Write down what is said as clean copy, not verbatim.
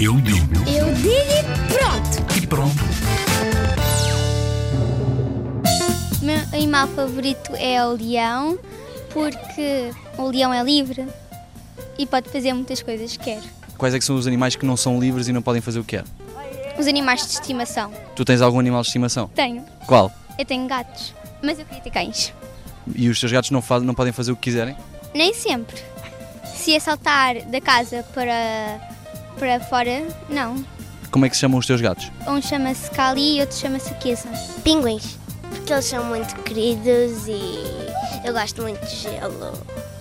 Eu digo. Eu digo e pronto. E pronto. O meu animal favorito é o leão, porque o leão é livre e pode fazer muitas coisas que quer. Quais é que são os animais que não são livres e não podem fazer o que querem? Os animais de estimação. Tu tens algum animal de estimação? Tenho. Qual? Eu tenho gatos, mas eu queria ter cães. E os teus gatos não podem fazer o que quiserem? Nem sempre. Se assaltar da casa para fora, não. Como é que se chamam os teus gatos? Um chama-se Kali e outro chama-se Kesa. Pinguins. Porque eles são muito queridos e eu gosto muito de gelo.